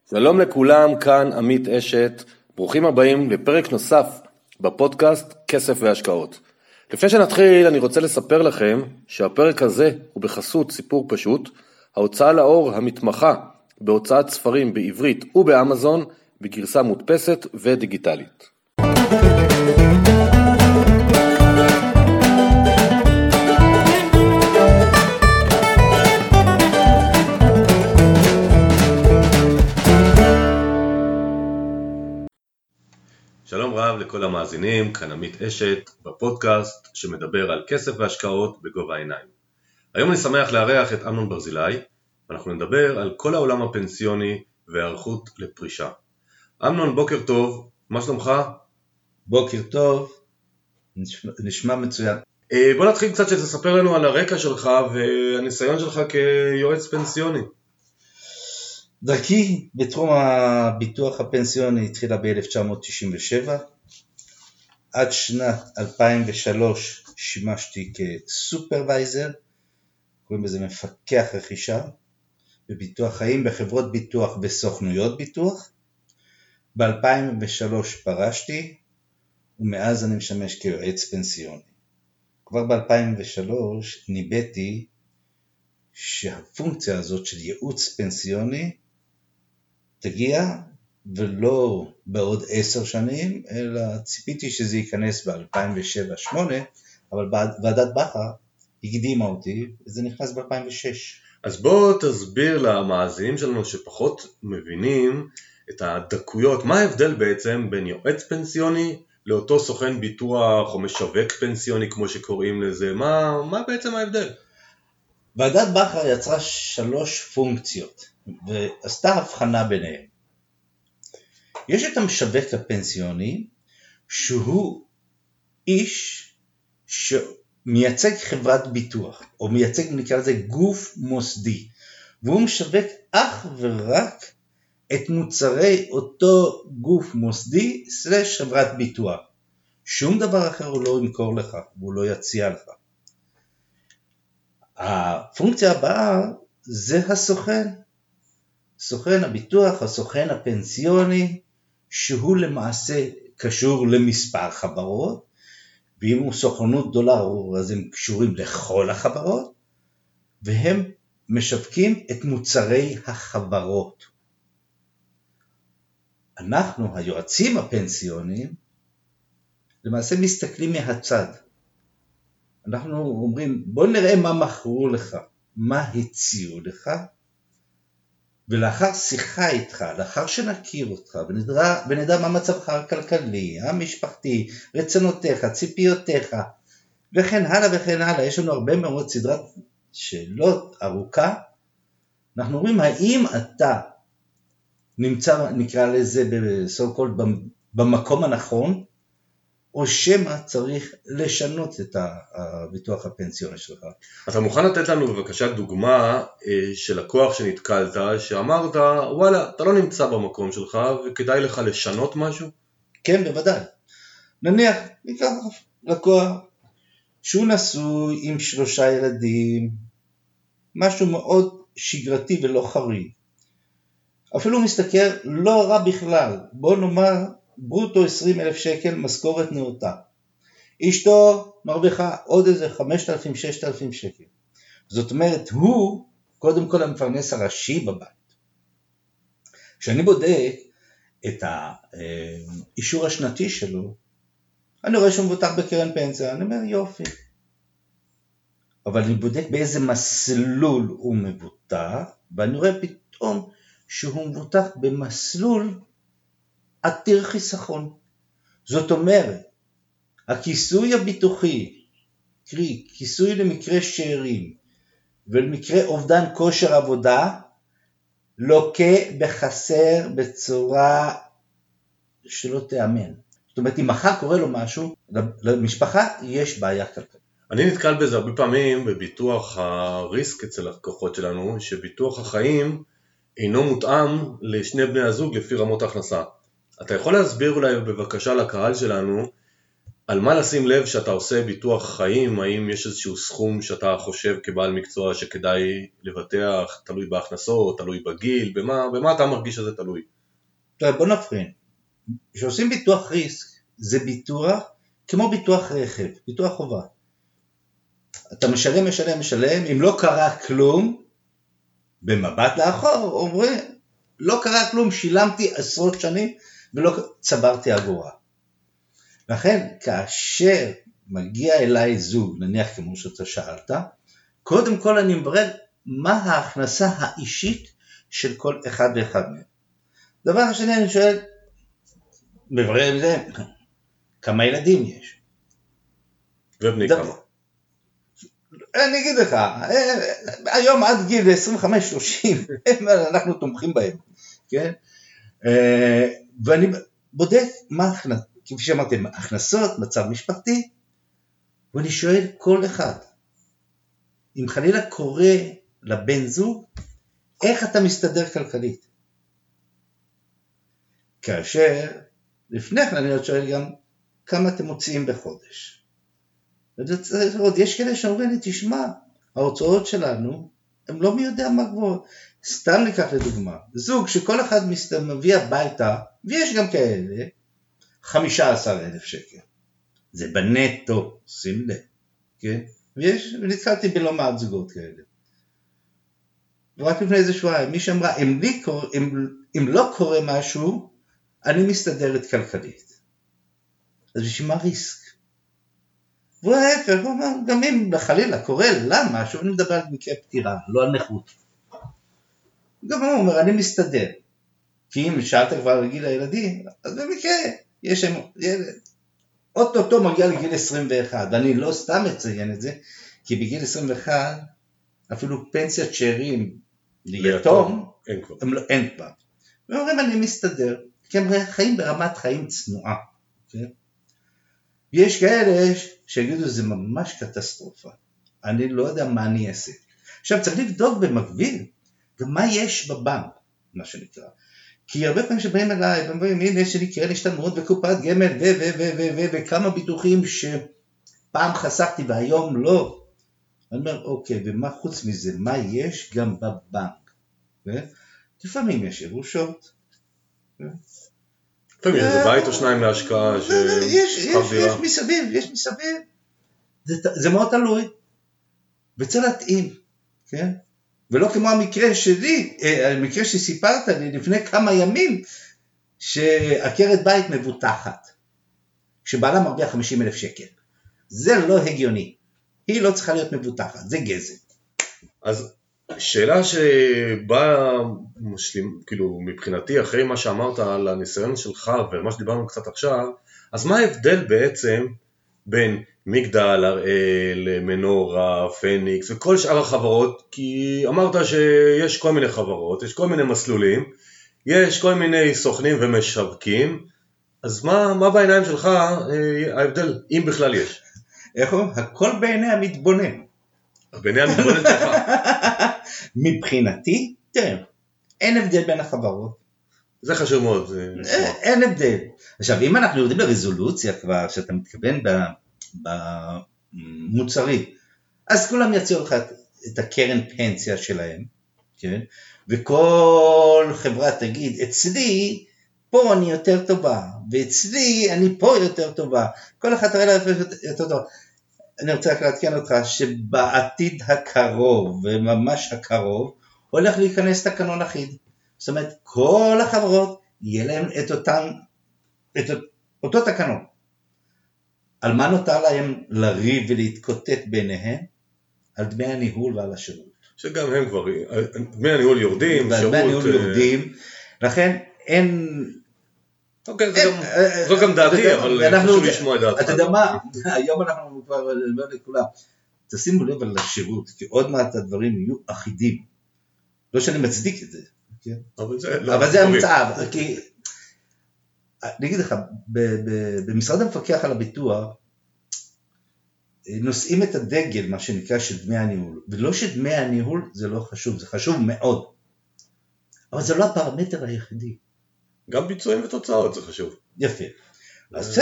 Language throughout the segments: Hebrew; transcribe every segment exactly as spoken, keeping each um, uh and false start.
שלום לכולם, כאן עמית אשת, ברוכים הבאים לפרק נוסף בפודקאסט כסף והשקעות. לפני שנתחיל אני רוצה לספר לכם שהפרק הזה הוא בחסות סיפור פשוט, ההוצאה לאור המתמחה בהוצאת ספרים בעברית ובאמזון בגרסה מודפסת ודיגיטלית. שלום רב לכל המאזינים, כאן עמית אשת בפודקאסט שמדבר על כסף והשקעות בגובה העיניים. היום אני שמח לארח את אמנון ברזילי, ואנחנו נדבר על כל העולם הפנסיוני והערכות לפרישה. אמנון, בוקר טוב, מה שלומך? בוקר טוב, נשמע, נשמע מצוין. בוא נתחיל קצת שתספר לנו על הרקע שלך והניסיון שלך כיועץ פנסיוני. דרכי בתחום הביטוח הפנסיוני התחילה ב-אלף תשע מאות תשעים ושבע, עד שנת אלפיים ושלוש שימשתי כסופרוויזר, קוראים לזה מפקח רכישה, בביטוח חיים בחברות ביטוח וסוכנויות ביטוח. ב-אלפיים ושלוש פרשתי, ומאז אני משמש כיועץ פנסיוני. כבר ב-אלפיים ושלוש ניבאתי שהפונקציה הזאת של ייעוץ פנסיוני תגיע, ולא בעוד עשר שנים, אלא ציפיתי שזה ייכנס ב-אלפיים ושבע שמונה, אבל ועדת בכר הקדימה אותי, וזה נכנס ב-אלפיים ושש. אז בוא תסביר למאזינים שלנו שפחות מבינים את הדקויות, מה ההבדל בעצם בין יועץ פנסיוני לאותו סוכן ביטוח או משווק פנסיוני כמו שקוראים לזה, מה, מה בעצם ההבדל? ועדת בכר יצרה שלוש פונקציות ועשתה הבחנה ביניהם. יש את המשווק הפנסיוני שהוא איש שמייצג חברת ביטוח, או מייצג, נקרא לזה גוף מוסדי, והוא משווק אך ורק את מוצרי אותו גוף מוסדי סלש חברת ביטוח. שום דבר אחר הוא לא ימכור לך, הוא לא יציע לך. הפונקציה הבאה זה הסוכן, סוכן הביטוח, הסוכן הפנסיוני, שהוא למעשה קשור למספר חברות, ואם הוא סוכנות דולר אז הם קשורים לכל החברות, והם משווקים את מוצרי החברות. אנחנו, היועצים הפנסיוניים, למעשה מסתכלים מהצד. אנחנו אומרים, בוא נראה מה מכרו לך, מה הציעו לך, ולאחר שיחה איתך, לאחר שנכיר אותך, ונדע, ונדע מה מצבך הכלכלי, המשפחתי, רצונותיך, ציפיותיך, וכן הלאה וכן הלאה. יש לנו הרבה מאוד סדרת שאלות ארוכה. אנחנו אומרים, האם אתה נמצא, נקרא לזה בסו-קולד, במקום הנכון, או שמה צריך לשנות את הביטוח הפנסיוני שלך. אתה מוכן לתת לנו בבקשה דוגמה של לקוח שנתקלת, שאמרת, וואלה, אתה לא נמצא במקום שלך, וכדאי לך לשנות משהו? כן, בוודאי. נניח, ניקח לקוח, שהוא נשוי עם שלושה ילדים, משהו מאוד שגרתי ולא חריג. אפילו הוא מסתכל לא רע בכלל, בוא נאמר, ברוטו עשרים אלף שקל משכורת נאותה. אשתו מרוויחה עוד איזה חמשת אלפים ששת אלפים שקל. זאת אומרת, הוא קודם כל המפרנס הראשי בבית. כשאני בודק את האישור השנתי שלו, אני רואה שהוא מבוטח בקרן פנסיה, אני אומר יופי. אבל אני בודק באיזה מסלול הוא מבוטח, ואני רואה פתאום שהוא מבוטח במסלול עתיר חיסכון. זאת אומרת, הכיסוי הביטוחי, קרי, כיסוי למקרה שאירים ולמקרה אובדן כושר עבודה, לוקה בחסר בצורה שלא תאמן. זאת אומרת, אם מחר קורה לו משהו, למשפחה יש בעיה כלכלית. אני נתקל בזה הרבה פעמים בביטוח הריסק אצל לקוחות שלנו, שביטוח החיים אינו מותאם לשני בני הזוג לפי רמות ההכנסה. אתה יכול להסביר אולי בבקשה לקהל שלנו, על מה לשים לב שאתה עושה ביטוח חיים? האם יש איזשהו סכום שאתה חושב כבעל מקצוע שכדאי לבטח, תלוי בהכנסות, תלוי בגיל, במה, במה אתה מרגיש שזה תלוי? טוב, בוא נפרין. כשעושים ביטוח ריסק, זה ביטוח כמו ביטוח רכב, ביטוח חובה. אתה משלם, משלם, משלם, אם לא קרה כלום, במבט לאחור, אומרים, לא קרה כלום, שילמתי עשרות שנים, ולא צברתי אגורה. לכן, כאשר מגיע אליי זוג, נניח כמו שאתה שאלת, קודם כל אני מברר מה ההכנסה האישית של כל אחד ואחד מהם. דבר שני, אני שואל, מברר עם זה, כמה ילדים יש? ובני כמה? אני אגיד לך, היום עד גיל עשרים וחמש שלושים, אנחנו תומכים בהם, כן? ואני בודק מה הכנסות, כפי שאמרתם, הכנסות, מצב משפחתי, ואני שואל כל אחד, אם חלילה קורה לבן זוג, איך אתה מסתדר כלכלית? כאשר, לפני כן אני עוד שואל גם, כמה אתם מוציאים בחודש? יש כאלה שאומרים לי, תשמע, ההוצאות שלנו, הם לא מי יודע מה גבוהות. סתם ניקח לדוגמה, זוג שכל אחד מביא הביתה, ויש גם כאלה, חמישה עשר אלף שקל. זה בנטו, שים לב, כן? ויש, ונתקלתי בלא מעט זוגות כאלה. ורק לפני איזה שבועיים, מי שאמרה, אם, אם, אם לא קורה משהו, אני מסתדרת כלכלית. אז בשביל מה ריסק? והוא ההפך, הוא אומר, גם אם חלילה קורה לה משהו, אני מדבר על מקרה פטירה, לא על נכות. גם הוא אומר, אני מסתדר. כי אם שאלת כבר לגיל הילדים, אז במקרה, יש שם ילד. אוטוטו מגיע לגיל עשרים ואחת, ואני לא סתם מציין את זה, כי בגיל עשרים ואחת, אפילו פנסיית שאירים ליתום, אין כבר. לא, אין כבר. ואומרים, אני מסתדר, כי הם חיים ברמת חיים צנועה. כן? יש כאלה שיגידו, זה ממש קטסטרופה. אני לא יודע מה אני אעשה. עכשיו צריך לבדוק במקביל, גם מה יש בבנק, מה שנקרא. כי הרבה פעמים שבאים אליי, והם אומרים, הנה יש לי קרן השתלמות וקופת גמל, ו ו ו ו ו וכמה ביטוחים שפעם חסכתי והיום לא. אני אומר, אוקיי, ומה חוץ מזה, מה יש גם בבנק? לפעמים יש ירושות. לפעמים זה בית או שניים להשקעה. יש מסביב, יש מסביב. זה מאוד תלוי. וצריך להתאים, כן? ולא כמו המקרה שלי, המקרה שסיפרת לי לפני כמה ימים, שעקרת בית מבוטחת, שבעלה מרוויח חמישים אלף שקל. זה לא הגיוני. היא לא צריכה להיות מבוטחת, זה גזל. אז שאלה שבאה משלים, כאילו מבחינתי, אחרי מה שאמרת על הניסיון שלך ומה שדיברנו קצת עכשיו, אז מה ההבדל בעצם בין מגדל, הראל, מנורה, פניקס וכל שאר החברות? כי אמרת שיש כל מיני חברות, יש כל מיני מסלולים, יש כל מיני סוכנים ומשווקים, אז מה, מה בעיניים שלך ההבדל, אם בכלל יש? איך אומרים? הכל בעיני המתבונן. בעיני המתבונן שלך. מבחינתי, תראה, אין הבדל בין החברות. זה חשוב מאוד. אין הבדל. עכשיו, אם אנחנו יודעים לרזולוציה כבר, שאתה מתכוון במוצרים, אז כולם יציעו לך את הקרן פנסיה שלהם, כן? וכל חברה תגיד, אצלי, פה אני יותר טובה, ואצלי אני פה יותר טובה. כל אחד תראה לה יותר טובה. אני רוצה רק להתקן אותך שבעתיד הקרוב, וממש הקרוב, הולך להיכנס תקנון אחיד. זאת אומרת, כל החברות יהיה להם את אותם, את אותו תקנון. על מה נותר להם לריב ולהתקוטט ביניהם? על דמי הניהול ועל השירות. שגם הם כבר, דמי הניהול יורדים, שירות... דמי הניהול יורדים, לכן אין... אוקיי, זו גם דעתי, אבל חשוב לשמוע את דעתך. אתה יודע מה, היום אנחנו כבר לא לכולם, תשימו לב על השירות, כי עוד מעט הדברים יהיו אחידים. לא שאני מצדיק את זה, אבל זה המצב, כי אני אגיד לך, במשרד המפקח על הביטוח, נושאים את הדגל, מה שנקרא, של דמי הניהול, ולא שדמי הניהול זה לא חשוב, זה חשוב מאוד, אבל זה לא הפרמטר היחידי. גם ביצועים ותוצאות זה חשוב. יפה, אז בסדר,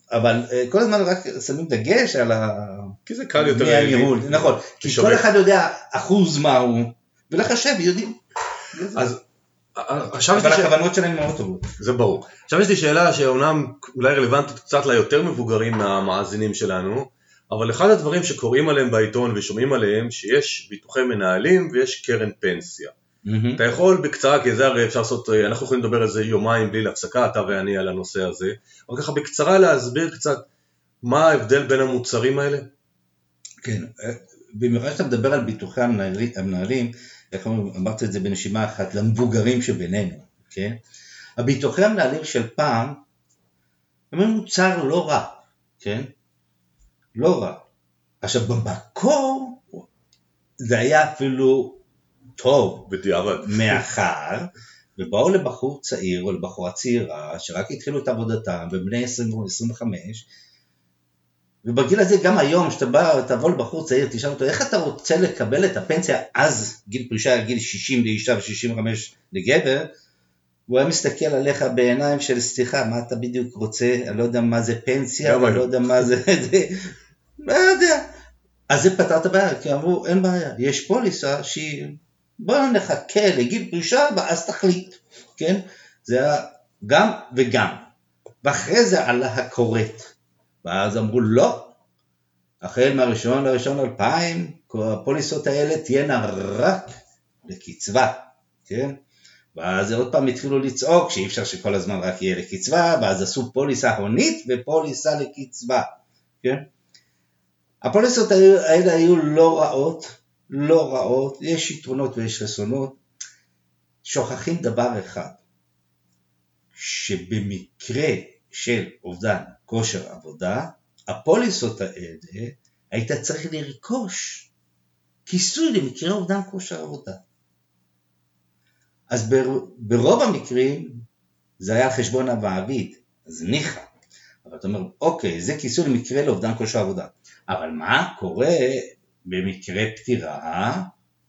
אבל כל הזמן רק שמים דגש על ה... כי זה קל יותר מהניהול, נכון, כי כל אחד יודע אחוז מהו, ולחשב יודעים. אז אבל הכוונות שלהם מאוד טובות. זה ברור. עכשיו יש לי שאלה שאומנם אולי רלוונטית קצת ליותר מבוגרים מהמאזינים שלנו, אבל אחד הדברים שקוראים עליהם בעיתון ושומעים עליהם, שיש ביטוחי מנהלים ויש קרן פנסיה. אתה יכול בקצרה, כי זה הרי אפשר לעשות, אנחנו יכולים לדבר על זה יומיים בלי להפסקה, אתה ואני על הנושא הזה, אבל ככה בקצרה להסביר קצת מה ההבדל בין המוצרים האלה? כן, במיוחד שאתה מדבר על ביטוחי המנהלים, אמרתי את זה בנשימה אחת, למבוגרים שבינינו, כן? הביטוחי המנהלים של פעם, הם מוצר לא רע, כן? לא רע. עכשיו במקור, זה היה אפילו טוב, בדיעבד. מאחר, ובאו לבחור צעיר או לבחורה צעירה, שרק התחילו את עבודתם, בבני עשרים או עשרים וחמש, ובגיל הזה גם היום, שאתה בא, תבוא לבחור צעיר, תשאל אותו, איך אתה רוצה לקבל את הפנסיה, אז גיל פרישה, גיל שישים לאישה ו-שישים וחמש לגבר, הוא היה מסתכל עליך בעיניים של סליחה, מה אתה בדיוק רוצה, אני לא יודע מה זה פנסיה, אני לא יודע מה זה, לא יודע. אז זה פתר את הבעיה, כי אמרו, אין בעיה, יש פוליסה שהיא, בואו נחכה לגיל פרישה, ואז תחליט, כן? זה היה גם וגם. ואחרי זה עלה הקורט, ואז אמרו לא, החל מהראשון לראשון אלפיים, הפוליסות האלה תהיינה רק לקצבה, כן? ואז עוד פעם התחילו לצעוק, שאי אפשר שכל הזמן רק יהיה לקצבה, ואז עשו פוליסה הונית ופוליסה לקצבה, כן? הפוליסות האלה היו לא רעות, לא רעות, יש יתרונות ויש חסרונות, שוכחים דבר אחד, שבמקרה של אובדן כושר עבודה, הפוליסות האלה היית צריך לרכוש כיסוי למקרה אובדן כושר עבודה. אז ברוב המקרים זה היה על חשבון המעביד, אז ניחא. אבל אתה אומר, אוקיי, זה כיסוי למקרה לאובדן כושר עבודה. אבל מה קורה במקרה פטירה?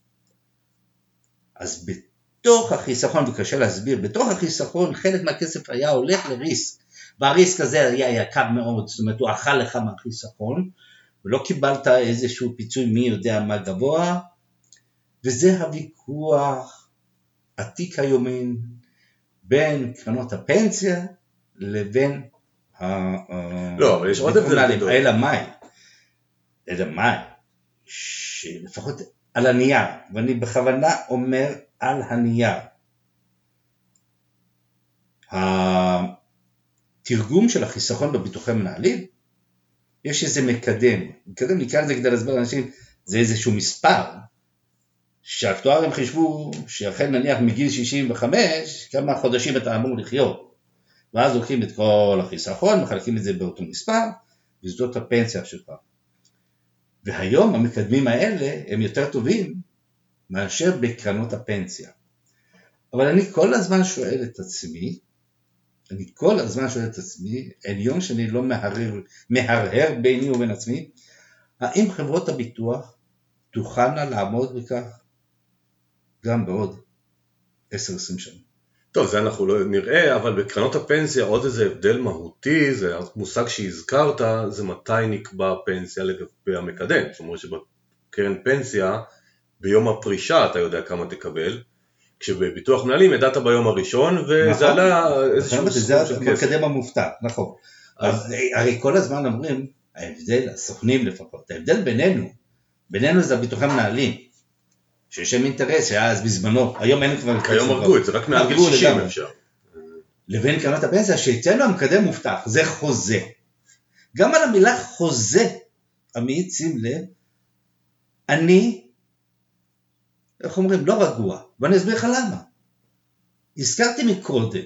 אז בתוך החיסכון, וקשה להסביר, בתוך החיסכון חלק מהכסף היה הולך לריסק, והריסק הזה היה יקר מאוד, זאת אומרת הוא אכל לך מהחיסכון, ולא קיבלת איזשהו פיצוי מי יודע מה גבוה, וזה הוויכוח עתיק היומין, בין קרנות הפנסיה לבין לא, אבל יש עוד הבדל גדול. אלא מאי, אלא מאי, שלפחות על הנייר, ואני בכוונה אומר על הנייר, התרגום של החיסכון בביטוחי מנהלים, יש איזה מקדם, מקדם נקרא לזה כדי להסבר לאנשים, זה איזשהו מספר, שהאקטוארים חישבו שהחל נניח מגיל שישים וחמש, כמה חודשים אתה אמור לחיות, ואז לוקחים את כל החיסכון, מחלקים את זה באותו מספר, וזאת הפנסיה שלך. והיום המקדמים האלה הם יותר טובים מאשר בקרנות הפנסיה. אבל אני כל הזמן שואל את עצמי, אני כל הזמן שואל את עצמי, עליון שאני לא מהרהר, מהרהר ביני ובין עצמי, האם חברות הביטוח תוכלנה לעמוד בכך גם בעוד עשר עשרים שנה? טוב, זה אנחנו לא נראה, אבל בקרנות הפנסיה עוד איזה הבדל מהותי, זה המושג שהזכרת, זה מתי נקבע פנסיה לגבי המקדם. זאת אומרת שבקרן פנסיה, ביום הפרישה אתה יודע כמה תקבל, כשבביטוח מנהלים ידעת ביום הראשון, וזה נכון, עלה איזשהו סכום של כסף. זה המקדם המובטח, נכון. אז... הרי כל הזמן אומרים, ההבדל, הסוכנים לפחות, ההבדל בינינו, בינינו זה הביטוחי מנהלים, שיש להם אינטרס, שהיה אז בזמנו, היום אין כבר... היום הרגו את זה, רק מעל גיל שישים אפשר. לבין קרנות הפנסיה, שאצלנו המקדם מובטח, זה חוזה. גם על המילה חוזה, עמית, שים לב, אני, איך אומרים, לא רגוע, ואני אסביר לך למה. הזכרתי מקודם,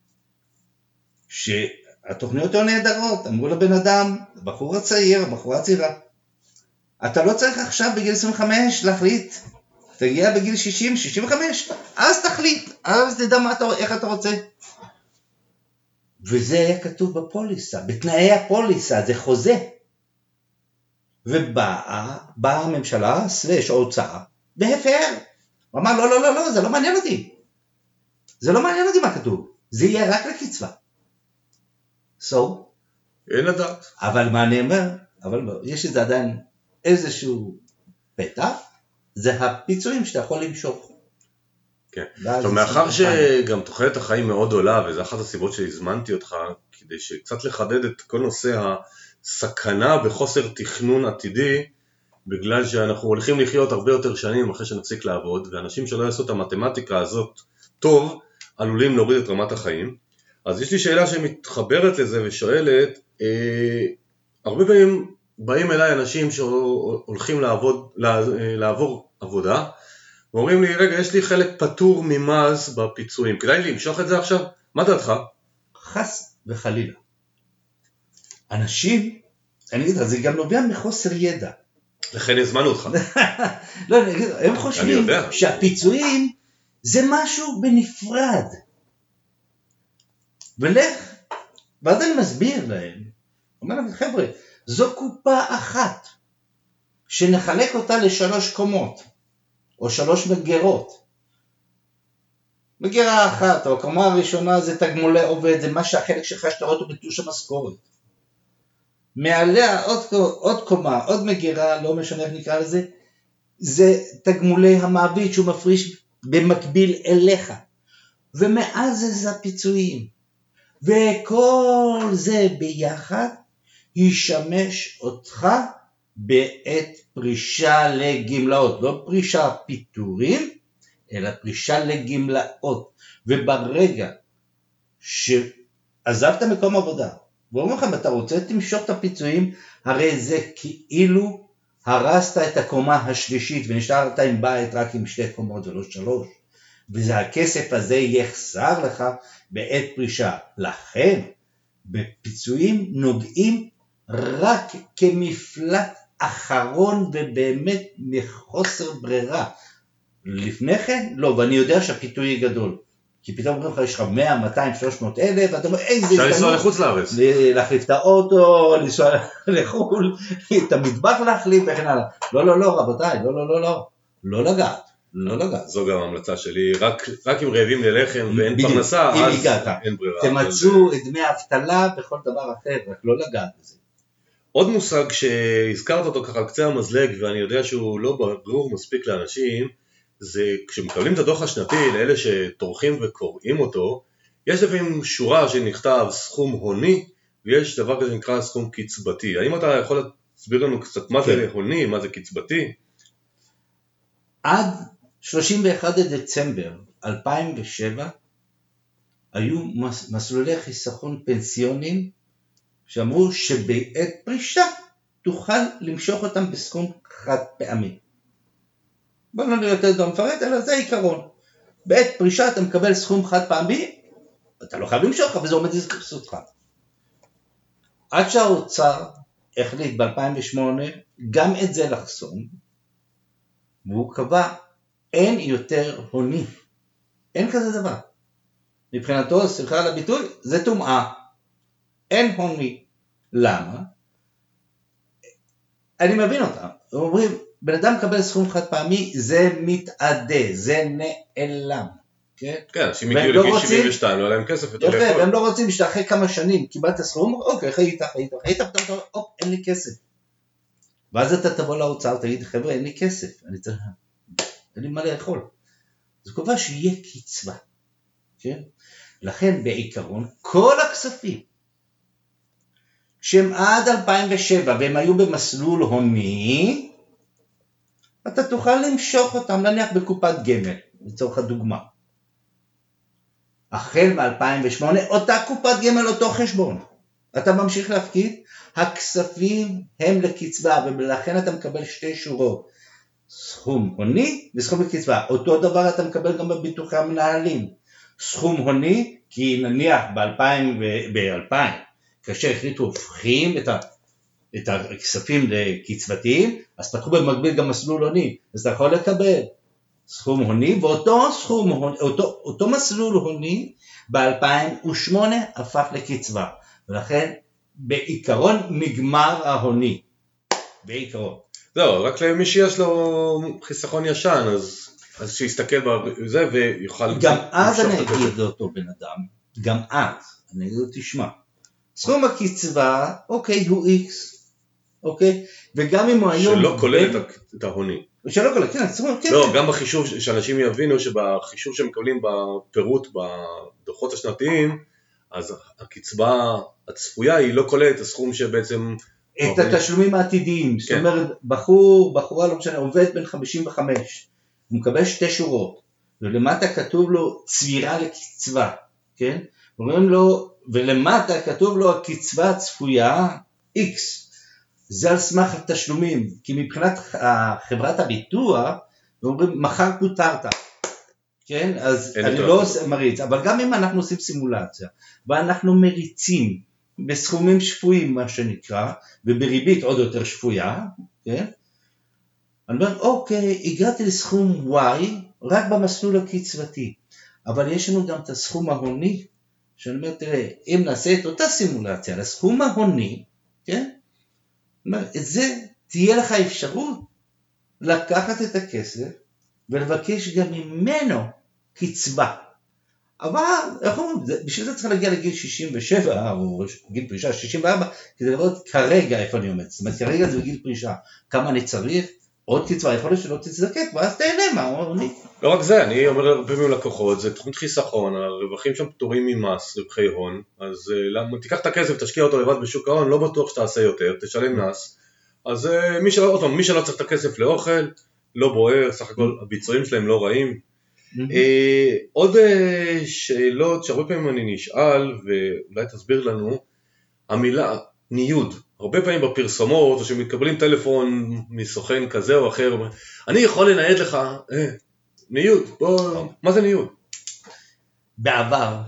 שהתוכניות היו נהדרות, אמרו לבן אדם, הבחור הצעיר, הבחורה הצעירה, אתה לא צריך עכשיו בגיל עשרים וחמש להחליט, תגיע בגיל שישים, שישים וחמש, אז תחליט, אז תדע מה אתה, איך אתה רוצה. וזה היה כתוב בפוליסה, בתנאי הפוליסה, זה חוזה. ובאה, באה הממשלה, סלש הוצאה, בהפר. הוא אמר, לא, לא, לא, לא, זה לא מעניין אותי. זה לא מעניין אותי מה כתוב, זה יהיה רק לקצבה. So, אין לדעת. אבל מה אני אומר? אבל לא, יש את זה עדיין איזשהו פתח, זה הפיצויים שאתה יכול למשוך. כן. טוב, מאחר שגם תוחלת החיים מאוד עולה, וזה אחת הסיבות שהזמנתי אותך, כדי שקצת לחדד את כל נושא הסכנה בחוסר תכנון עתידי, בגלל שאנחנו הולכים לחיות הרבה יותר שנים אחרי שנפסיק לעבוד, ואנשים שלא יעשו את המתמטיקה הזאת טוב, עלולים להוריד את רמת החיים. אז יש לי שאלה שמתחברת לזה ושואלת, אה, הרבה פעמים באים אליי אנשים שהולכים לעבוד, לעבור עבודה, ואומרים לי, רגע, יש לי חלק פטור ממס בפיצויים, כדאי לי למשוך את זה עכשיו? מה דעתך? חס וחלילה. אנשים, אני אגיד, זה גם נובע מחוסר ידע. לכן הזמנו אותך. לא, אני אגיד, הם חושבים שהפיצויים זה משהו בנפרד. ולך, ואז אני מסביר להם, אומר להם, חבר'ה, זו קופה אחת, שנחלק אותה לשלוש קומות, או שלוש מגרות. מגרה אחת, או הקומה הראשונה זה תגמולי עובד, זה מה שהחלק שלך שאתה רואה אותו בתלוש המשכורת. מעליה עוד, עוד קומה, עוד מגירה, לא משנה איך נקרא לזה, זה תגמולי המעביד שהוא מפריש במקביל אליך. ומאז זה, זה הפיצויים. וכל זה ביחד ישמש אותך בעת פרישה לגמלאות. לא פרישה פיטורים, אלא פרישה לגמלאות. וברגע שעזבת מקום עבודה, ואומר לכם, אתה רוצה תמשוך את הפיצויים, הרי זה כאילו הרסת את הקומה השלישית, ונשארת עם בית רק עם שתי קומות ולא שלוש, וזה הכסף הזה יחסר לך בעת פרישה. לכן, בפיצויים נוגעים רק כמפלט אחרון, ובאמת מחוסר ברירה. לפני כן, לא, ואני יודע שהפיתוי גדול. כי פתאום אומרים לך, יש לך מאה, מאתיים, שלוש מאות אלף, ואתה אומר, איזה הזדמנות. אפשר לנסוע לחוץ לארץ. להחליף את האוטו, לנסוע לחול, את המטבח להחליף, וכן הלאה. לא, לא, לא, רבותיי, לא, לא, לא, לא. לא לגעת, לא לגעת. זו גם ההמלצה שלי, רק, רק אם רעבים ללחם ואין פרנסה, אז אין ברירה. תמצאו את דמי האבטלה בכל דבר אחר, רק לא לגעת בזה. עוד מושג שהזכרת אותו ככה על קצה המזלג, ואני יודע שהוא לא ברור מספיק לאנשים, זה כשמקבלים את הדוח השנתי לאלה שטורחים וקוראים אותו, יש לפעמים שורה שנכתב סכום הוני, ויש דבר כזה שנקרא סכום קצבתי. האם אתה יכול להסביר לנו קצת מה זה הוני, מה זה קצבתי? עד שלושים ואחד לדצמבר אלפיים ושבע היו מסלולי חיסכון פנסיונים שאמרו שבעת פרישה תוכל למשוך אותם בסכום חד פעמי. בוא לא נראה יותר דום מפרט, אלא זה העיקרון. בעת פרישה אתה מקבל סכום חד פעמי, אתה לא חייב למשוך, אבל זה עומד לזכותך. עד שהאוצר החליט ב-אלפיים ושמונה גם את זה לחסום, והוא קבע, אין יותר הוני. אין כזה דבר. מבחינתו, סליחה על הביטוי, זה טומאה. אין הוני. למה? אני מבין אותם. הם אומרים, בן אדם מקבל סכום חד פעמי, זה מתעדה, זה נעלם. כן? כן, אנשים הגיעו לגיל שבעים ושתיים, לא היה להם כסף יותר לאכול. יפה, והם לא רוצים שאחרי כמה שנים קיבלת סכום, אוקיי, חיית, חיית, חיית, אופ, אין לי כסף. ואז אתה תבוא לאוצר, תגיד, חבר'ה, אין לי כסף, אני צריך, אין לי מה לאכול. זה קובע שיהיה קצבה. כן? לכן בעיקרון, כל הכספים, שהם עד אלפיים ושבע, והם היו במסלול הוני, אתה תוכל למשוך אותם, נניח בקופת גמל, לצורך הדוגמה. החל מ-אלפיים ושמונה, אותה קופת גמל, אותו חשבון. אתה ממשיך להפקיד, הכספים הם לקצבה, ולכן אתה מקבל שתי שורות. סכום הוני וסכום לקצבה. אותו דבר אתה מקבל גם בביטוחי המנהלים. סכום הוני, כי נניח ב-אלפיים, ב-אלפיים, כאשר החליטו הופכים את ה... את הכספים לקצבתיים, אז פתחו במקביל גם מסלול הוני, אז אתה יכול לקבל סכום הוני, ואותו סכום הוני, אותו, אותו מסלול הוני ב-אלפיים ושמונה הפך לקצבה, ולכן בעיקרון נגמר ההוני, בעיקרון. לא, רק למי שיש לו חיסכון ישן, אז, אז שיסתכל בזה ויוכל... גם אז אני אגיד לאותו בן אדם, גם אז, אני אגיד לו תשמע, סכום הקצבה, אוקיי, הוא X, אוקיי? וגם אם הוא היום... שלא כולל בין... את ההוני. שלא כולל, כן, סכום, כן. לא, גם בחישוב, שאנשים יבינו שבחישוב שמקבלים בפירוט בדוחות השנתיים, אז הקצבה הצפויה היא לא כוללת את הסכום שבעצם... את התשלומים העתידיים, זאת אומרת, בחור, בחורה, לא משנה, עובד בין חמישים וחמש, הוא מקבל שתי שורות, ולמטה כתוב לו צבירה לקצבה, כן? אומרים לו, ולמטה כתוב לו הקצבה הצפויה X, זה על סמך התשלומים, כי מבחינת חברת הביטוח, אומרים, מחר פוטרת, כן? אז אני לא מריץ, אבל גם אם אנחנו עושים סימולציה, ואנחנו מריצים, בסכומים שפויים מה שנקרא, ובריבית עוד יותר שפויה, כן? אני אומר, אוקיי, הגעתי לסכום Y, רק במסלול הקצבתי, אבל יש לנו גם את הסכום ההוני, שאני אומר, תראה, אם נעשה את אותה סימולציה, לסכום ההוני, כן? אומר, את זה תהיה לך אפשרות, לקחת את הכסף, ולבקש גם ממנו קצבה. אבל, איך אומרים, בשביל זה צריך להגיע לגיל שישים ושבע, או גיל פרישה שישים וארבע, כדי לראות כרגע איפה אני עומד. זאת אומרת, כרגע זה בגיל פרישה. כמה אני צריך, עוד קצבה, יכול להיות שלא תצדקק, ואז תהנה מה, אני... לא רק זה, אני אומר הרבה פעמים לקוחות, זה תוכנית חיסכון, הרווחים שם פטורים ממס, רווחי הון, אז למה, תיקח את הכסף, תשקיע אותו לבד בשוק ההון, לא בטוח שתעשה יותר, תשלם מס, אז מי שלא, אותו, מי שלא צריך את הכסף לאוכל, לא בוער, סך הכל הביצועים שלהם לא רעים. עוד שאלות שהרבה פעמים אני נשאל, ואולי תסביר לנו, המילה ניוד, הרבה פעמים בפרסומות, או שמתקבלים טלפון מסוכן כזה או אחר, אני יכול לנייד לך, אה, ניוד, בוא, מה זה ניוד? בעבר,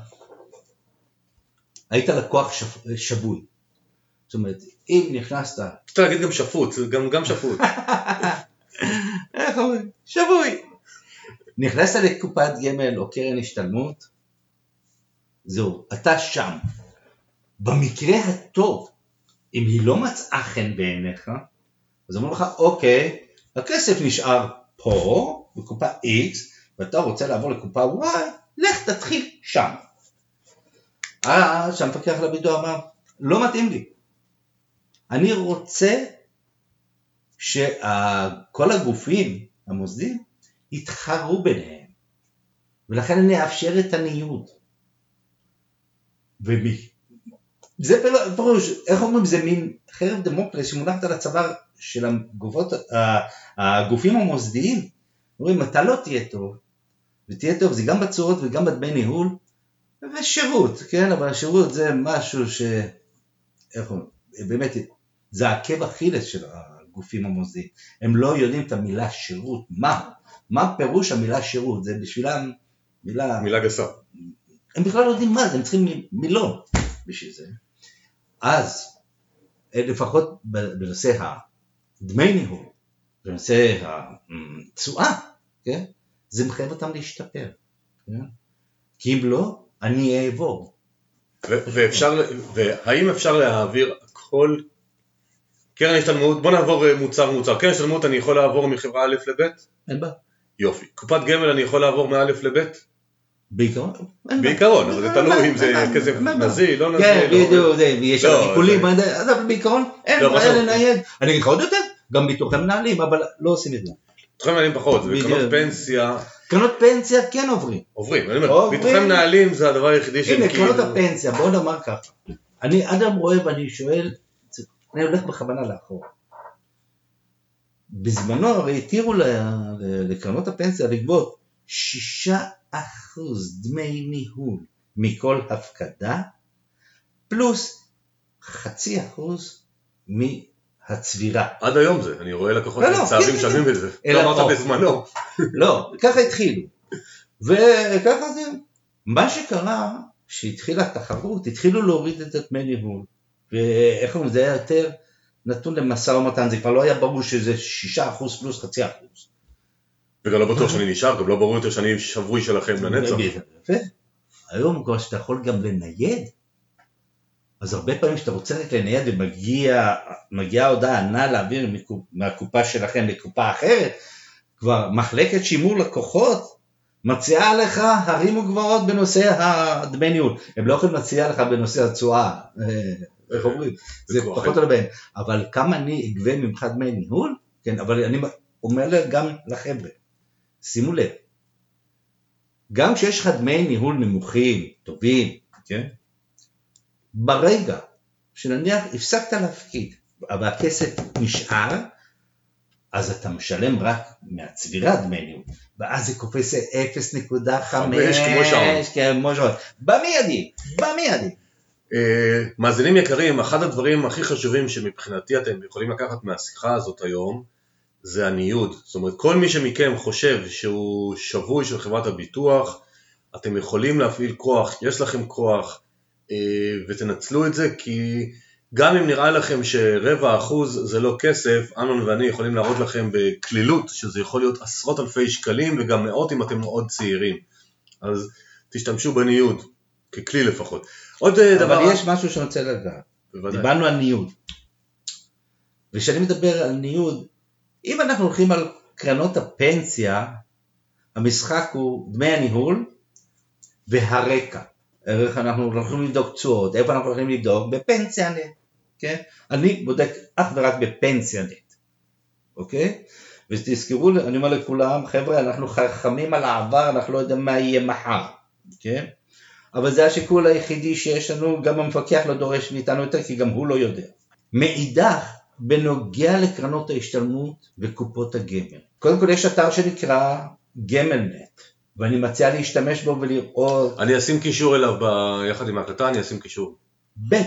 היית לקוח שבוי, זאת אומרת, אם נכנסת... אפשר להגיד גם שפוט, גם, גם שפוט. איך אומרים? שבוי. נכנסת לקופת גמל או קרן השתלמות, זהו, אתה שם. במקרה הטוב, אם היא לא מצאה חן בעיניך, אז אומר לך, אוקיי, הכסף נשאר פה, בקופה X, ואתה רוצה לעבור לקופה Y, לך תתחיל שם. אה, שהמפקח על הביטוח אמר, לא מתאים לי. אני רוצה שכל הגופים המוסדיים יתחרו ביניהם, ולכן אני אאפשר את הניוד. ומי? זה פרוש, איך אומרים, זה מין חרב דמוקלס שמונחת על הצוואר של הגופות, הגופים המוסדיים. אומרים, אתה לא תהיה טוב, ותהיה טוב, זה גם בצורות וגם בדמי ניהול, ושירות, כן, אבל השירות זה משהו ש... איך אומרים, באמת, זה עקב אכילס של הגופים המוסדיים. הם לא יודעים את המילה שירות, מה? מה פירוש המילה שירות? זה בשבילם מילה... מילה גסה. הם בכלל לא יודעים מה זה, הם צריכים מילון בשביל זה. אז, לפחות בנושא הדמי ניהול, בנושא התשואה, כן? זה מחייב אותם להשתפר. כן? כי אם לא, אני אעבור. ואפשר, והאם אפשר להעביר כל... קרן השתלמות, בוא נעבור מוצר מוצר. קרן השתלמות אני יכול לעבור מחברה א' לב'? אין בה. יופי. קופת גמל אני יכול לעבור מא' לב'? בעיקרון? בעיקרון, אבל זה תלוי אם זה כסף נזיל, לא נזיל. כן, בדיוק, יש עיקולים, אבל בעיקרון אין בעיה לנייד. אני אגיד לך עוד יותר, גם ביטוחי מנהלים, אבל לא עושים את זה. ביטוחי מנהלים פחות, זה קרנות פנסיה. קרנות פנסיה כן עוברים. עוברים, אני אומר, ביטוחי מנהלים זה הדבר היחידי שהם כאילו. הנה, קרנות הפנסיה, בואו נאמר ככה. אני אדם רואה ואני שואל, אני הולך בכוונה לאחור. בזמנו הרי התירו לקרנות הפנסיה לגבות שישה אחוז דמי ניהול מכל הפקדה, פלוס חצי אחוז מהצבירה. עד היום זה, אני רואה לקוחות צעבים שווים את זה. לא אמרת בזמנו. לא, ככה התחילו. וככה זה, מה שקרה, שהתחילה התחרות, התחילו להוריד את דמי ניהול. ואיך אומרים, זה היה יותר נתון למשא ומתן, זה כבר לא היה ברור שזה שישה אחוז פלוס חצי אחוז. וגם לא בטוח שאני נשאר, גם לא ברור יותר שאני שבוי שלכם לנצח. היום כבר שאתה יכול גם לנייד, אז הרבה פעמים שאתה רוצה רק לנייד ומגיעה הודעה ענה להעביר מהקופה שלכם לקופה אחרת, כבר מחלקת שימור לקוחות מציעה לך הרים וגבעות בנושא הדמי ניהול, הם לא יכולים להציע לך בנושא התשואה, איך אומרים, זה פחות או לבן, אבל כמה אני אגבה ממך דמי ניהול, כן, אבל אני אומר גם לחבר'ה, שימו לב, גם כשיש לך דמי ניהול נמוכים, טובים, כן, ברגע שנניח הפסקת להפקיד, אבל הכסף נשאר, אז אתה משלם רק מהצבירה דמי ניהול, ואז זה קופץ אפס נקודה חמש, כמו שעון, במיידי, במיידי. מאזינים יקרים, אחד הדברים הכי חשובים שמבחינתי אתם יכולים לקחת מהשיחה הזאת היום, זה הניוד. זאת אומרת, כל מי שמכם חושב שהוא שבוי של חברת הביטוח, אתם יכולים להפעיל כוח, יש לכם כוח, ותנצלו את זה, כי גם אם נראה לכם שרבע אחוז זה לא כסף, אמנון ואני יכולים להראות לכם בכלילות, שזה יכול להיות עשרות אלפי שקלים, וגם מאות אם אתם מאוד צעירים. אז תשתמשו בניוד, ככלי לפחות. עוד אבל דבר... אבל יש משהו שאני רוצה לדעת. דיברנו על ניוד. וכשאני מדבר על ניוד, אם אנחנו הולכים על קרנות הפנסיה, המשחק הוא דמי הניהול והרקע. איך אנחנו הולכים לבדוק תשואות, איפה אנחנו הולכים לבדוק? בפנסיה נט, כן? אני בודק אך ורק בפנסיה נט, אוקיי? ותזכרו, אני אומר לכולם, חבר'ה, אנחנו חכמים על העבר, אנחנו לא יודעים מה יהיה מחר, כן? אבל זה השיקול היחידי שיש לנו, גם המפקח לא דורש מאיתנו יותר, כי גם הוא לא יודע. מאידך, בנוגע לקרנות ההשתלמות וקופות הגמל. קודם כל יש אתר שנקרא גמלנט, ואני מציע להשתמש בו ולראות. אני אשים קישור אליו ביחד עם ההקלטה, אני אשים קישור. ב'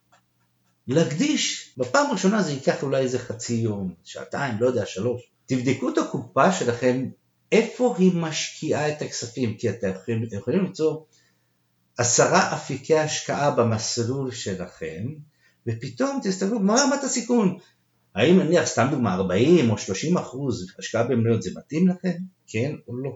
להקדיש, בפעם הראשונה זה ייקח אולי איזה חצי יום, שעתיים, לא יודע, שלוש. תבדקו את הקופה שלכם, איפה היא משקיעה את הכספים, כי אתם יכולים, יכולים למצוא עשרה אפיקי השקעה במסלול שלכם, ופתאום תסתכלו, מה רמת הסיכון? האם נניח סתם דוגמה ארבעים או שלושים אחוז השקעה במניות, זה מתאים לכם? כן או לא?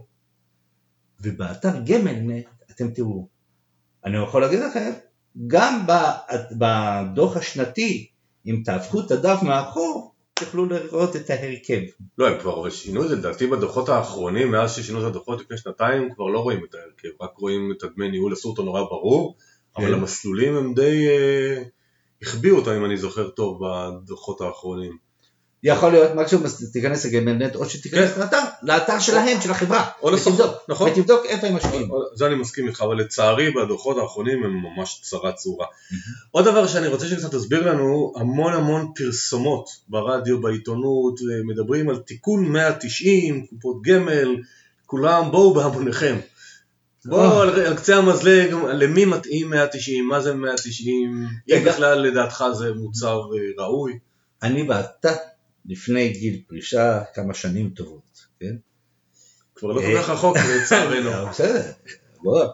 ובאתר גמלנט אתם תראו, אני יכול להגיד לכם, גם בדוח השנתי, אם תהפכו את הדף מאחור, תוכלו לראות את ההרכב. לא, הם כבר שינו את זה, לדעתי בדוחות האחרונים, מאז ששינו את הדוחות לפני שנתיים, כבר לא רואים את ההרכב, רק רואים את הדמי ניהול, עשו אותו נורא ברור, אבל המסלולים הם די החביאו אותם, אם אני זוכר טוב, בדוחות האחרונים. יכול להיות, מקסימום תיכנס לגמלנט, או שתיכנס לאתר, לאתר שלהם, של החברה, ותבדוק איפה הם משקיעים. זה אני מסכים איתך, אבל לצערי בדוחות האחרונים הם ממש צרה צורה. עוד דבר שאני רוצה שקצת תסביר לנו, המון המון פרסומות ברדיו, בעיתונות, מדברים על תיקון מאה תשעים, קופות גמל, כולם בואו בהמוניכם. בואו על קצה המזלג, למי מתאים מאה תשעים, מה זה מאה תשעים, אם בכלל לדעתך זה מוצר ראוי. אני ואתה לפני גיל פרישה כמה שנים טובות, כן? כבר לא כל כך רחוק, לצערנו. בסדר, בוא.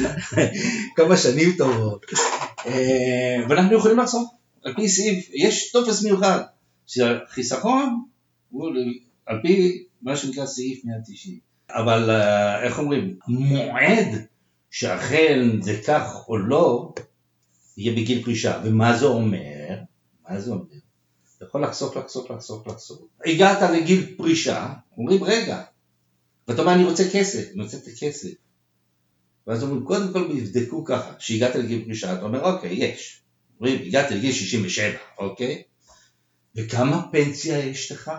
כמה שנים טובות. ואנחנו יכולים לחסוך, על פי סעיף, יש טופס מיוחד, שהחיסכון הוא על פי מה שנקרא סעיף מאה תשעים. אבל איך אומרים, מועד שאכן זה כך או לא, יהיה בגיל פרישה. ומה זה אומר? מה זה אומר? אתה יכול לחסוך, לחסוך, לחסוך, לחסוך. הגעת לגיל פרישה, אומרים רגע, ואתה אומר אני רוצה כסף, אני רוצה את הכסף. ואז אומרים קודם כל יבדקו ככה, שהגעת לגיל פרישה, אתה אומר אוקיי, יש. אומרים הגעת לגיל שישים ושבע, אוקיי? וכמה פנסיה יש לך?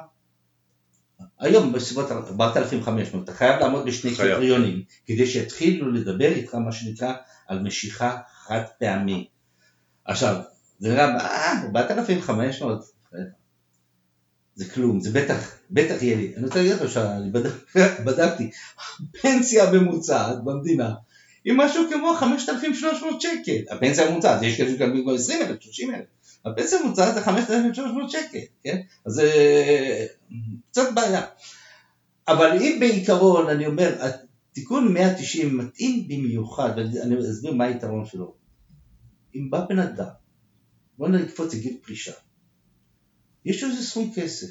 היום בסביבות ארבעת אלפים וחמש מאות, אתה חייב לעמוד בשני קריטריונים, כדי שיתחילו לדבר איתך מה שנקרא על משיכה חד פעמי. עכשיו, זה נראה, אה, ארבעת אלפים וחמש מאות, זה כלום, זה בטח, בטח יהיה לי. אני רוצה להגיד לך שאני בדקתי, פנסיה ממוצעת במדינה, היא משהו כמו חמשת אלפים ושלוש מאות שקל. הפנסיה הממוצעת, יש כאלה שגם כמו עשרים אלף, שלושים אלף. הפנסיה הממוצעת זה חמשת אלפים ושלוש מאות שקל, כן? אז זה קצת בעיה. אבל אם בעיקרון, אני אומר, התיקון מאה תשעים מתאים במיוחד, ואני אסביר מה היתרון שלו. אם בא בן אדם, בוא נקפוץ לגיל פרישה, יש לו איזה סכום כסף,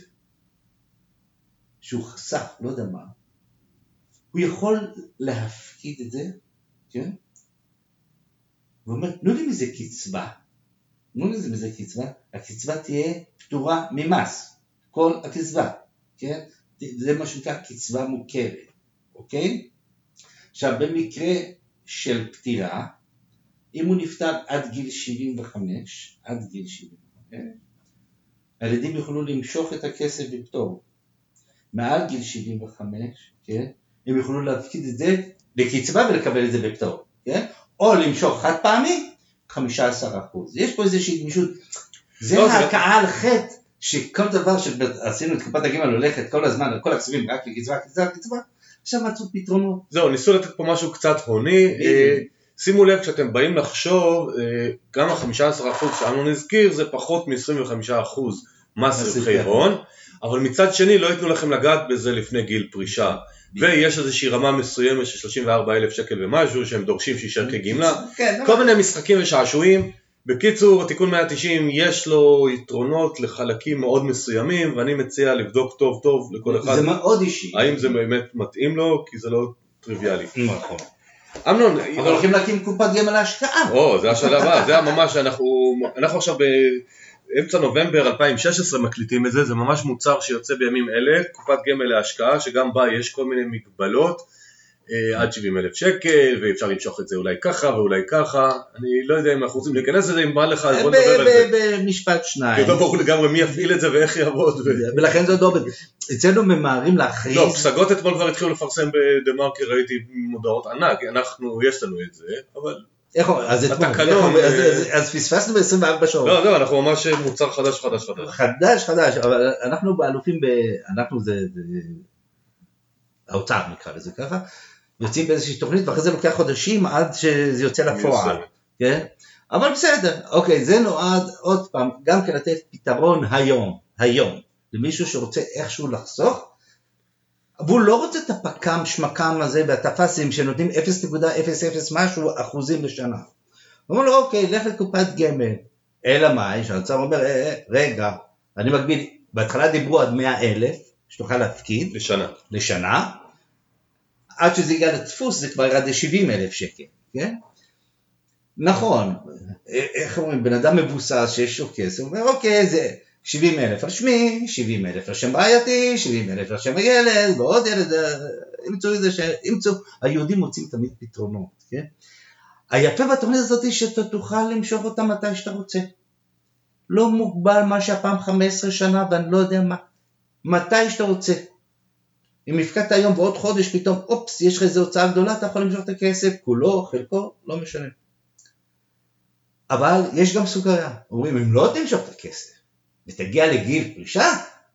שהוא חסך, לא יודע מה, הוא יכול להפקיד את זה, כן? הוא אומר, תנו לי מזה קצבה, תנו לי מזה קצבה, הקצבה תהיה פטורה ממס, כל הקצבה, כן? זה מה שנקרא קצבה מוכרת, אוקיי? עכשיו במקרה של פטירה, אם הוא נפטר עד גיל שבעים וחמש, עד גיל שבעים וחמש, הילדים יוכלו למשוך את הכסף בפטור. מעל גיל שבעים וחמש, כן? הם יוכלו להפקיד את זה לקצבה ולקבל את זה בפטור, כן? או למשוך חד פעמי, חמישה עשר אחוז. יש פה איזושהי גמישות. זה לא, ההקעה על חטא, שכל דבר שעשינו את קופת הגמל הולכת כל הזמן, על כל הכספים, רק לקצבה, קצבה, קצבה, עכשיו מצאו פתרונות. זהו, ניסו לתת פה משהו קצת הוני. שימו לב, כשאתם באים לחשוב, גם ה-חמישה עשר אחוז שאנו נזכיר, זה פחות מ-עשרים וחמישה אחוז מס רווחי הון, אבל מצד שני לא ייתנו לכם לגעת בזה לפני גיל פרישה. ויש איזושהי רמה מסוימת של שלושים וארבעה אלף שקל ומשהו, שהם דורשים שישאר כגמלה. כל מיני משחקים ושעשועים. בקיצור, התיקון מאה תשעים יש לו יתרונות לחלקים מאוד מסוימים, ואני מציע לבדוק טוב טוב לכל אחד. זה מאוד אישי. האם זה באמת מתאים לו, כי זה לא טריוויאלי. נכון. אמנון, אבל הולכים להקים קופת גמל להשקעה. או, זה השלב הבא, זה ממש, אנחנו, אנחנו עכשיו באמצע נובמבר אלפיים ושש עשרה מקליטים את זה, זה ממש מוצר שיוצא בימים אלה, קופת גמל להשקעה, שגם בה יש כל מיני מגבלות, עד שבעים אלף שקל, ואפשר למשוך את זה אולי ככה ואולי ככה, אני לא יודע אם אנחנו רוצים להיכנס לזה, אם בא לך, בוא נדבר על זה. במשפט שניים. כי לא ברור לגמרי מי יפעיל את זה ואיך יעבוד. ולכן זה עוד עובד. אצלנו ממהרים להכריז. לא, פסגות אתמול כבר התחילו לפרסם בדה-מרקר, ראיתי מודעות ענק, אנחנו, יש לנו את זה, אבל... התקנון... אז פספסנו ב-עשרים וארבע שעות. לא, לא, אנחנו ממש מוצר חדש, חדש, חדש. חדש, חדש, אבל אנחנו באלופים ב... אנחנו זה... האוצר נקרא לזה ככה. יוצאים באיזושהי תוכנית, ואחרי זה לוקח חודשים עד שזה יוצא לפועל, כן? אבל בסדר, אוקיי, זה נועד עוד פעם, גם כן לתת פתרון היום, היום, למישהו שרוצה איכשהו לחסוך, והוא לא רוצה את הפקם, שמקם הזה, והתפסים שנותנים אפס נקודה אפס אפס משהו אחוזים בשנה. הוא אומר לו, אוקיי, לך לקופת גמל, אלא מה, שהאוצר אומר, רגע, אני מגביל, בהתחלה דיברו עד מאה אלף, שתוכל להפקיד, לשנה, לשנה, עד שזה יגיע לדפוס זה כבר ירד ל-שבעים אלף שקל, כן? נכון, איך אומרים, בן אדם מבוסס שיש לו כסף, הוא אומר, אוקיי, זה שבעים אלף על שמי, שבעים אלף על שם בעייתי, שבעים אלף על שם הילד, ועוד ילד, ימצאו את זה, שימצאו, היהודים מוצאים תמיד פתרונות, כן? היפה בתוכנית הזאת היא שאתה תוכל למשוך אותה מתי שאתה רוצה. לא מוגבל מה שהפעם חמש עשרה שנה, ואני לא יודע מה, מתי שאתה רוצה. אם הפקדת היום ועוד חודש פתאום, אופס, יש לך איזו הוצאה גדולה, אתה יכול למשוך את הכסף, כולו, חלקו, לא משנה. אבל יש גם סוכריה. אומרים, אם לא תמשוך את הכסף, ותגיע לגיל פרישה,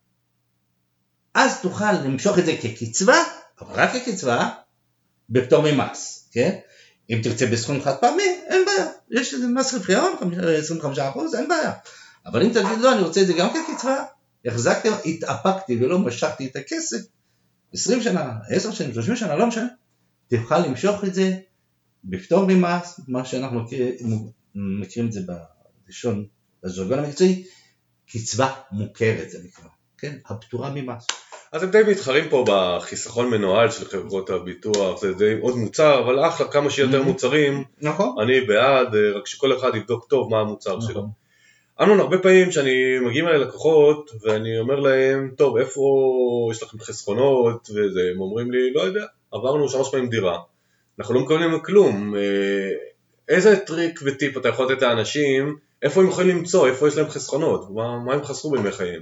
אז תוכל למשוך את זה כקצבה, אבל רק כקצבה, בפטור ממס, כן? אם תרצה בסכום חד פעמי, אין בעיה. יש איזה מס רווחי הון, עשרים וחמישה אחוז, אין בעיה. אבל אם תגיד, לא, אני רוצה את זה גם כקצבה, החזקתי, התאפקתי ולא משכתי את הכסף, עשרים שנה, עשר שנים, שלושים שנה, לא משנה, תוכל למשוך את זה בפטור ממס, מה שאנחנו מכירים את זה בראשון, בז'רגון המקצועי, קצבה מוכרת זה נקרא, כן, הפטורה ממס. אז הם די מתחרים פה בחיסכון מנוהל של חברות הביטוח, זה די עוד מוצר, אבל אחלה כמה שיותר מוצרים, נכון. אני בעד, רק שכל אחד יבדוק טוב מה המוצר שלו. אמנון, הרבה פעמים שאני מגיעים אליי לקוחות ואני אומר להם, טוב, איפה יש לכם חסכונות וזה, הם אומרים לי, לא יודע, עברנו שלוש פעמים דירה, אנחנו לא מקבלים כלום, איזה טריק וטיפ אתה יכול לתת לאנשים, איפה הם יכולים למצוא, איפה יש להם חסכונות, מה, מה הם חסכו בימי חיים?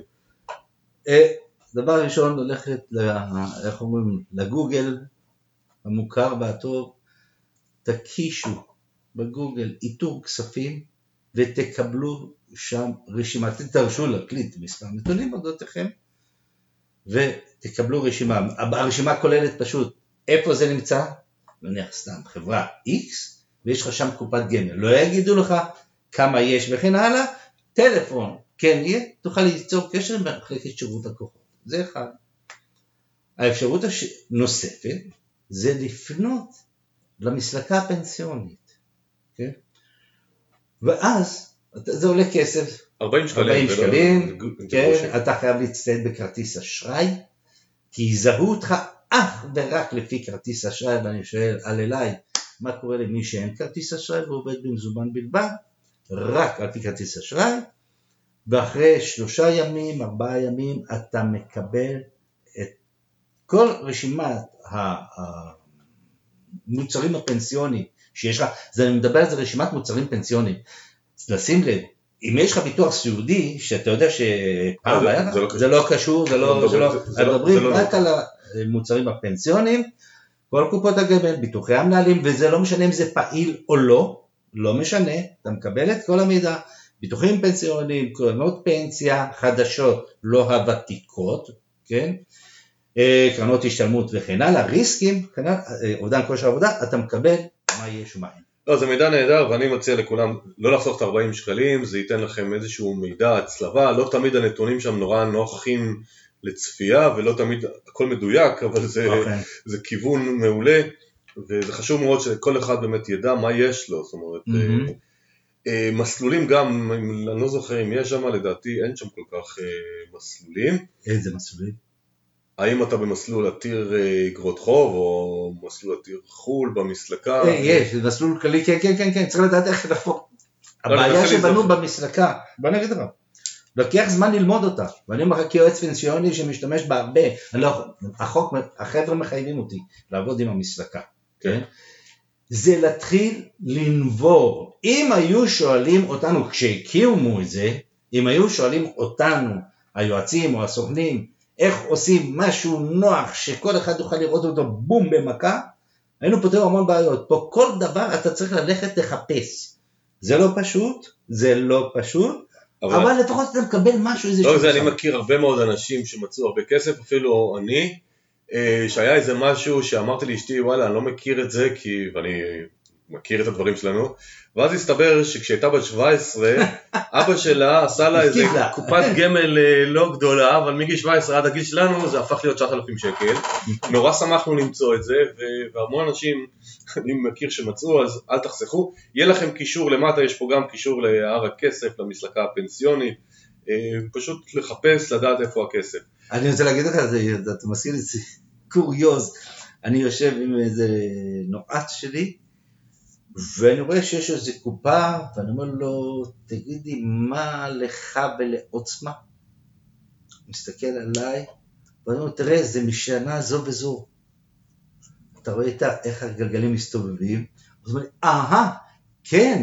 דבר ראשון, ללכת, איך אומרים, לגוגל, המוכר והטוב, תקישו בגוגל איתור כספים, ותקבלו שם רשימה, תתרשו להקליט מספר נתונים אודותיכם, ותקבלו רשימה, הרשימה כוללת פשוט, איפה זה נמצא, נניח סתם חברה X, ויש לך שם קופת גמל, לא יגידו לך כמה יש וכן הלאה, טלפון, כן יהיה, תוכל ליצור קשר במחלקת שירות לקוחות, זה אחד. האפשרות הנוספת, זה לפנות למסלקה הפנסיונית, כן? ואז, זה עולה כסף, ארבעים שקלים, ארבעים שקלים, כן, אתה חייב להצטייד בכרטיס אשראי, כי יזהו אותך אך ורק לפי כרטיס אשראי, ואני שואל על אליי, מה קורה למי שאין כרטיס אשראי, ועובד במזומן בלבד, רק על פי כרטיס אשראי, ואחרי שלושה ימים, ארבעה ימים, אתה מקבל את כל רשימת מוצרים הפנסיוניים שיש לך, זה, אני מדבר על זה רשימת מוצרים פנסיוניים, לשים לב, אם יש לך ביטוח סיעודי, שאתה יודע שפעם היה, זה לא קשור, זה לא, זה לא, מדברים רק על המוצרים הפנסיוניים, כל קופות הגמל, ביטוחי המנהלים, וזה לא משנה אם זה פעיל או לא, לא משנה, אתה מקבל את כל המידע, ביטוחים פנסיוניים, קרנות פנסיה, חדשות, לא הוותיקות, כן? קרנות השתלמות וכן הלאה, ריסקים, אובדן כושר עבודה, אתה מקבל מה יש ומה אין. לא, זה מידע נהדר, ואני מציע לכולם לא לחסוך את ארבעים שקלים, זה ייתן לכם איזשהו מידע, הצלבה, לא תמיד הנתונים שם נורא נוחים לצפייה, ולא תמיד הכל מדויק, אבל זה, okay. זה כיוון מעולה, וזה חשוב מאוד שכל אחד באמת ידע מה יש לו, זאת אומרת, mm-hmm. אה, מסלולים גם, אני לא זוכר אם יש שם, לדעתי אין שם כל כך אה, מסלולים. איזה מסלולים? האם אתה במסלול עתיר אגרות חוב, או מסלול עתיר חול במסלקה? יש, זה מסלול כללי, כן, כן, כן, כן, צריך לדעת איך לחפור. הבעיה שבנו במסלקה, בוא נגיד דבר, לוקח זמן ללמוד אותה, ואני אומר לך כיועץ פנסיוני שמשתמש בה הרבה, החוק, החבר'ה מחייבים אותי לעבוד עם המסלקה, כן? זה להתחיל לנבור, אם היו שואלים אותנו, כשהקימו את זה, אם היו שואלים אותנו, היועצים או הסוכנים, איך עושים משהו נוח שכל אחד יוכל לראות אותו בום במכה, היינו פותרים המון בעיות. פה כל דבר אתה צריך ללכת לחפש. זה לא פשוט, זה לא פשוט, אבל, אבל לפחות אתה מקבל משהו איזה... לא, זה אני מכיר הרבה מאוד אנשים שמצאו הרבה כסף, אפילו אני, שהיה איזה משהו שאמרתי לאשתי, וואלה, אני לא מכיר את זה, כי, ואני מכיר את הדברים שלנו, ואז הסתבר שכשהייתה בת שבע עשרה, אבא שלה עשה לה איזה קופת גמל לא גדולה, אבל מגיל שבע עשרה עד הגיל שלנו זה הפך להיות תשעת אלפים שקל. נורא שמחנו למצוא את זה, והמון אנשים אני מכיר שמצאו, אז אל תחסכו. יהיה לכם קישור למטה, יש פה גם קישור להר הכסף, למסלקה הפנסיונית, פשוט לחפש, לדעת איפה הכסף. אני רוצה להגיד לך, אתה מזכיר לי קוריוז, אני יושב עם איזה נועץ שלי, ואני רואה שיש איזו קופה, ואני אומר לו, תגידי, מה לך ולעוצמה? הוא מסתכל עליי, ואני אומר, תראה, זה משנה זו וזו. אתה רואה איך הגלגלים מסתובבים? הוא אומר, אהה, כן.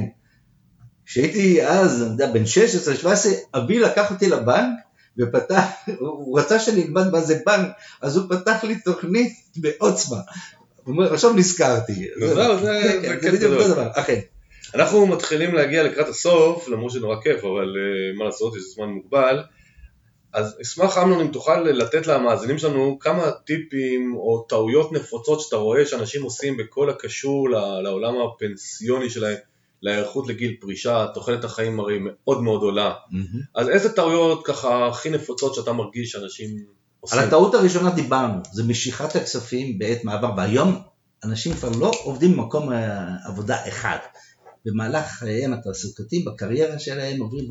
כשהייתי אז, אני יודע, בן שש עשרה שבע עשרה, אבי לקח אותי לבנק, ופתח, הוא רצה שנלמד מה זה בנק, אז הוא פתח לי תוכנית בעוצמה. הוא אומר, עכשיו נזכרתי. זהו, זה כיף גדול. אנחנו מתחילים להגיע לקראת הסוף, למרות שנורא כיף, אבל מה לעשות, יש זמן מוגבל. אז אשמח, אמנון, אם תוכל לתת למאזינים שלנו כמה טיפים או טעויות נפוצות שאתה רואה שאנשים עושים בכל הקשור לעולם הפנסיוני שלהם, להיערכות לגיל פרישה, תוחלת החיים הרי מאוד מאוד עולה. אז איזה טעויות ככה הכי נפוצות שאתה מרגיש שאנשים עושים? על הטעות הראשונה דיברנו, זה משיכת הכספים בעת מעבר, והיום אנשים כבר לא עובדים במקום עבודה אחד. במהלך חייהם התעסוקתיים, בקריירה שלהם עוברים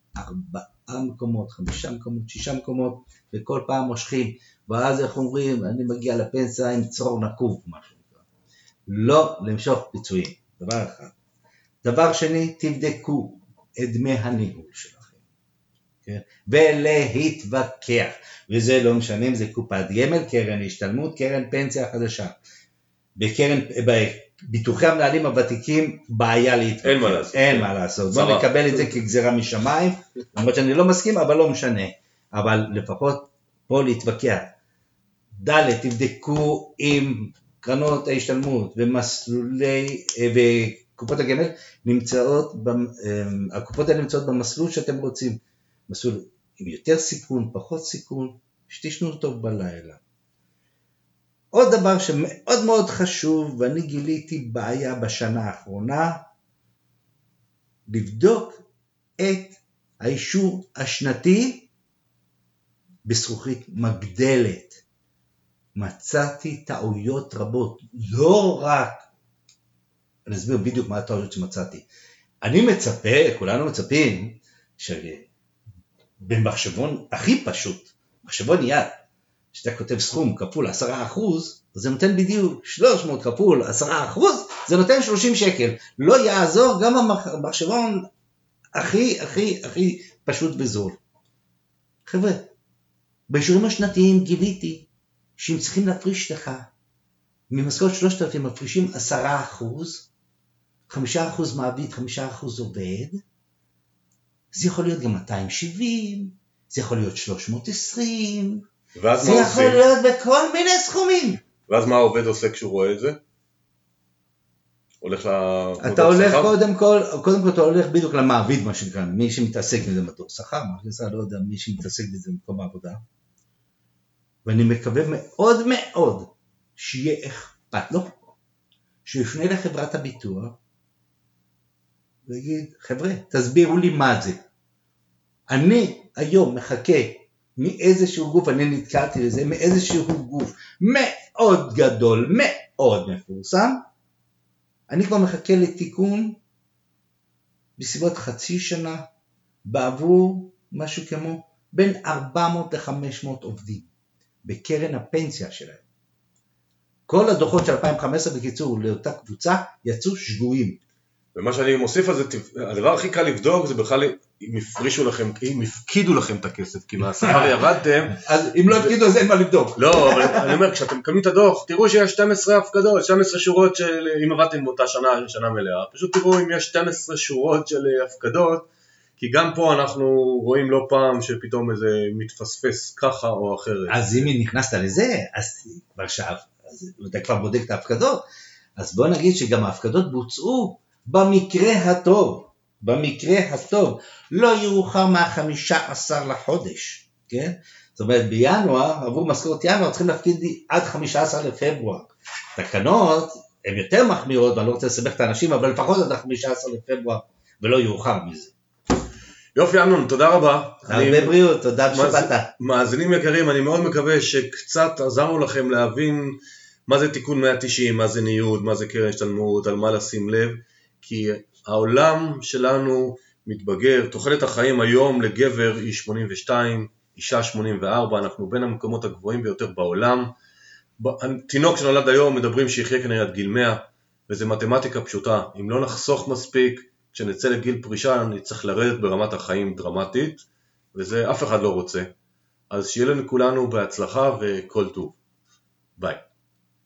ארבעה מקומות, חמישה מקומות, שישה מקומות, וכל פעם מושכים, ואז איך אומרים, אני מגיע לפנסיה עם צרור נקוב, משהו. לא למשוך פיצויים, דבר אחד. דבר שני, תבדקו את דמי הניהול שלכם, כן? ולהתווכח, וזה לא משנה אם זה קופת גמל, קרן השתלמות, קרן פנסיה חדשה. בקרן, בביטוחי המנהלים הוותיקים, בעיה להתווכח. אין מה לעשות. אין מה לעשות. בוא נקבל את זה כגזירה משמיים, למרות שאני לא מסכים, אבל לא משנה. אבל לפחות פה להתווכח. ד' תבדקו עם קרנות ההשתלמות ומסלולי, וקופות הגמל נמצאות, הקופות האלה נמצאות במסלול שאתם רוצים. מסלול עם יותר סיכון, פחות סיכון, שתשנו טוב בלילה. עוד דבר שמאוד מאוד חשוב, ואני גיליתי בעיה בשנה האחרונה, לבדוק את האישור השנתי בזכוכית מגדלת. מצאתי טעויות רבות, לא רק, אני אסביר בדיוק מה הטעויות שמצאתי. אני מצפה, כולנו מצפים, שבמחשבון הכי פשוט, מחשבון יד, שאתה כותב סכום כפול עשרה אחוז, זה נותן בדיוק שלוש מאות כפול עשרה אחוז, זה נותן שלושים שקל. לא יעזור גם המחשבון הכי, הכי, הכי פשוט וזול. חבר'ה, באישורים השנתיים גיליתי שהם צריכים להפריש לך ממשכורת שלושת אלפים מפרישים עשרה אחוז, חמישה אחוז מעביד, חמישה אחוז עובד, זה יכול להיות גם מאתיים שבעים, זה יכול להיות שלוש מאות ועשרים, זה יכול להיות בכל מיני סכומים. ואז מה העובד עושה כשהוא רואה את זה? הולך אתה הולך קודם כל, קודם כל אתה הולך בדיוק למעביד, מה שנקרא, מי שמתעסק בזה מדור שכר, מה שזה לא יודע, מי שמתעסק בזה במקום העבודה. ואני מקווה מאוד מאוד שיהיה אכפת לו, שיפנה לחברת הביטוח, ויגיד, חבר'ה, תסבירו לי מה זה. אני היום מחכה מאיזשהו גוף, אני נתקלתי לזה, מאיזשהו גוף מאוד גדול, מאוד מפורסם, אני כבר מחכה לתיקון בסביבות חצי שנה, בעבור משהו כמו בין ארבע מאות ל-חמש מאות עובדים, בקרן הפנסיה שלהם. כל הדוחות של אלפיים וחמש עשרה בקיצור לאותה קבוצה יצאו שגויים. ומה שאני מוסיף על זה, הדבר הכי קל לבדוק זה בכלל אם הפרישו לכם, אם הפקידו לכם את הכסף, כי מהשכר ירדתם. אז אם לא הפקידו אז אין מה לבדוק. לא, אבל אני אומר, כשאתם מקבלים את הדוח, תראו שיש שתים עשרה הפקדות, שתים עשרה שורות של, אם עבדתם באותה שנה, שנה מלאה, פשוט תראו אם יש שתים עשרה שורות של הפקדות, כי גם פה אנחנו רואים לא פעם שפתאום איזה מתפספס ככה או אחרת. אז אם נכנסת לזה, אז עכשיו, אז אתה כבר בודק את ההפקדות, אז בוא נגיד שגם ההפקדות בוצעו במקרה הטוב, במקרה הטוב, לא יאוחר מה-חמישה עשר לחודש, כן? זאת אומרת, בינואר, עבור משכורת ינואר, צריכים להפקיד עד חמישה עשר לפברואר. תקנות הן יותר מחמירות, ואני לא רוצה לסבך את האנשים, אבל לפחות עד חמישה עשר לפברואר, ולא יאוחר מזה. יופי אמנון, תודה רבה. הרבה אני... בריאות, תודה שבאת. מאזינים יקרים, אני מאוד מקווה שקצת עזרנו לכם להבין מה זה תיקון מאה תשעים, מה זה ניוד, מה זה קרן השתלמות, על מה לשים לב, כי העולם שלנו מתבגר, תוחלת החיים היום לגבר היא שמונים ושתיים, אישה שמונים וארבע, אנחנו בין המקומות הגבוהים ביותר בעולם. תינוק שנולד היום מדברים שיחיה כנראה עד גיל מאה, וזה מתמטיקה פשוטה. אם לא נחסוך מספיק, כשנצא לגיל פרישה נצטרך לרדת ברמת החיים דרמטית, וזה אף אחד לא רוצה. אז שיהיה לנו כולנו בהצלחה וכל טוב. ביי.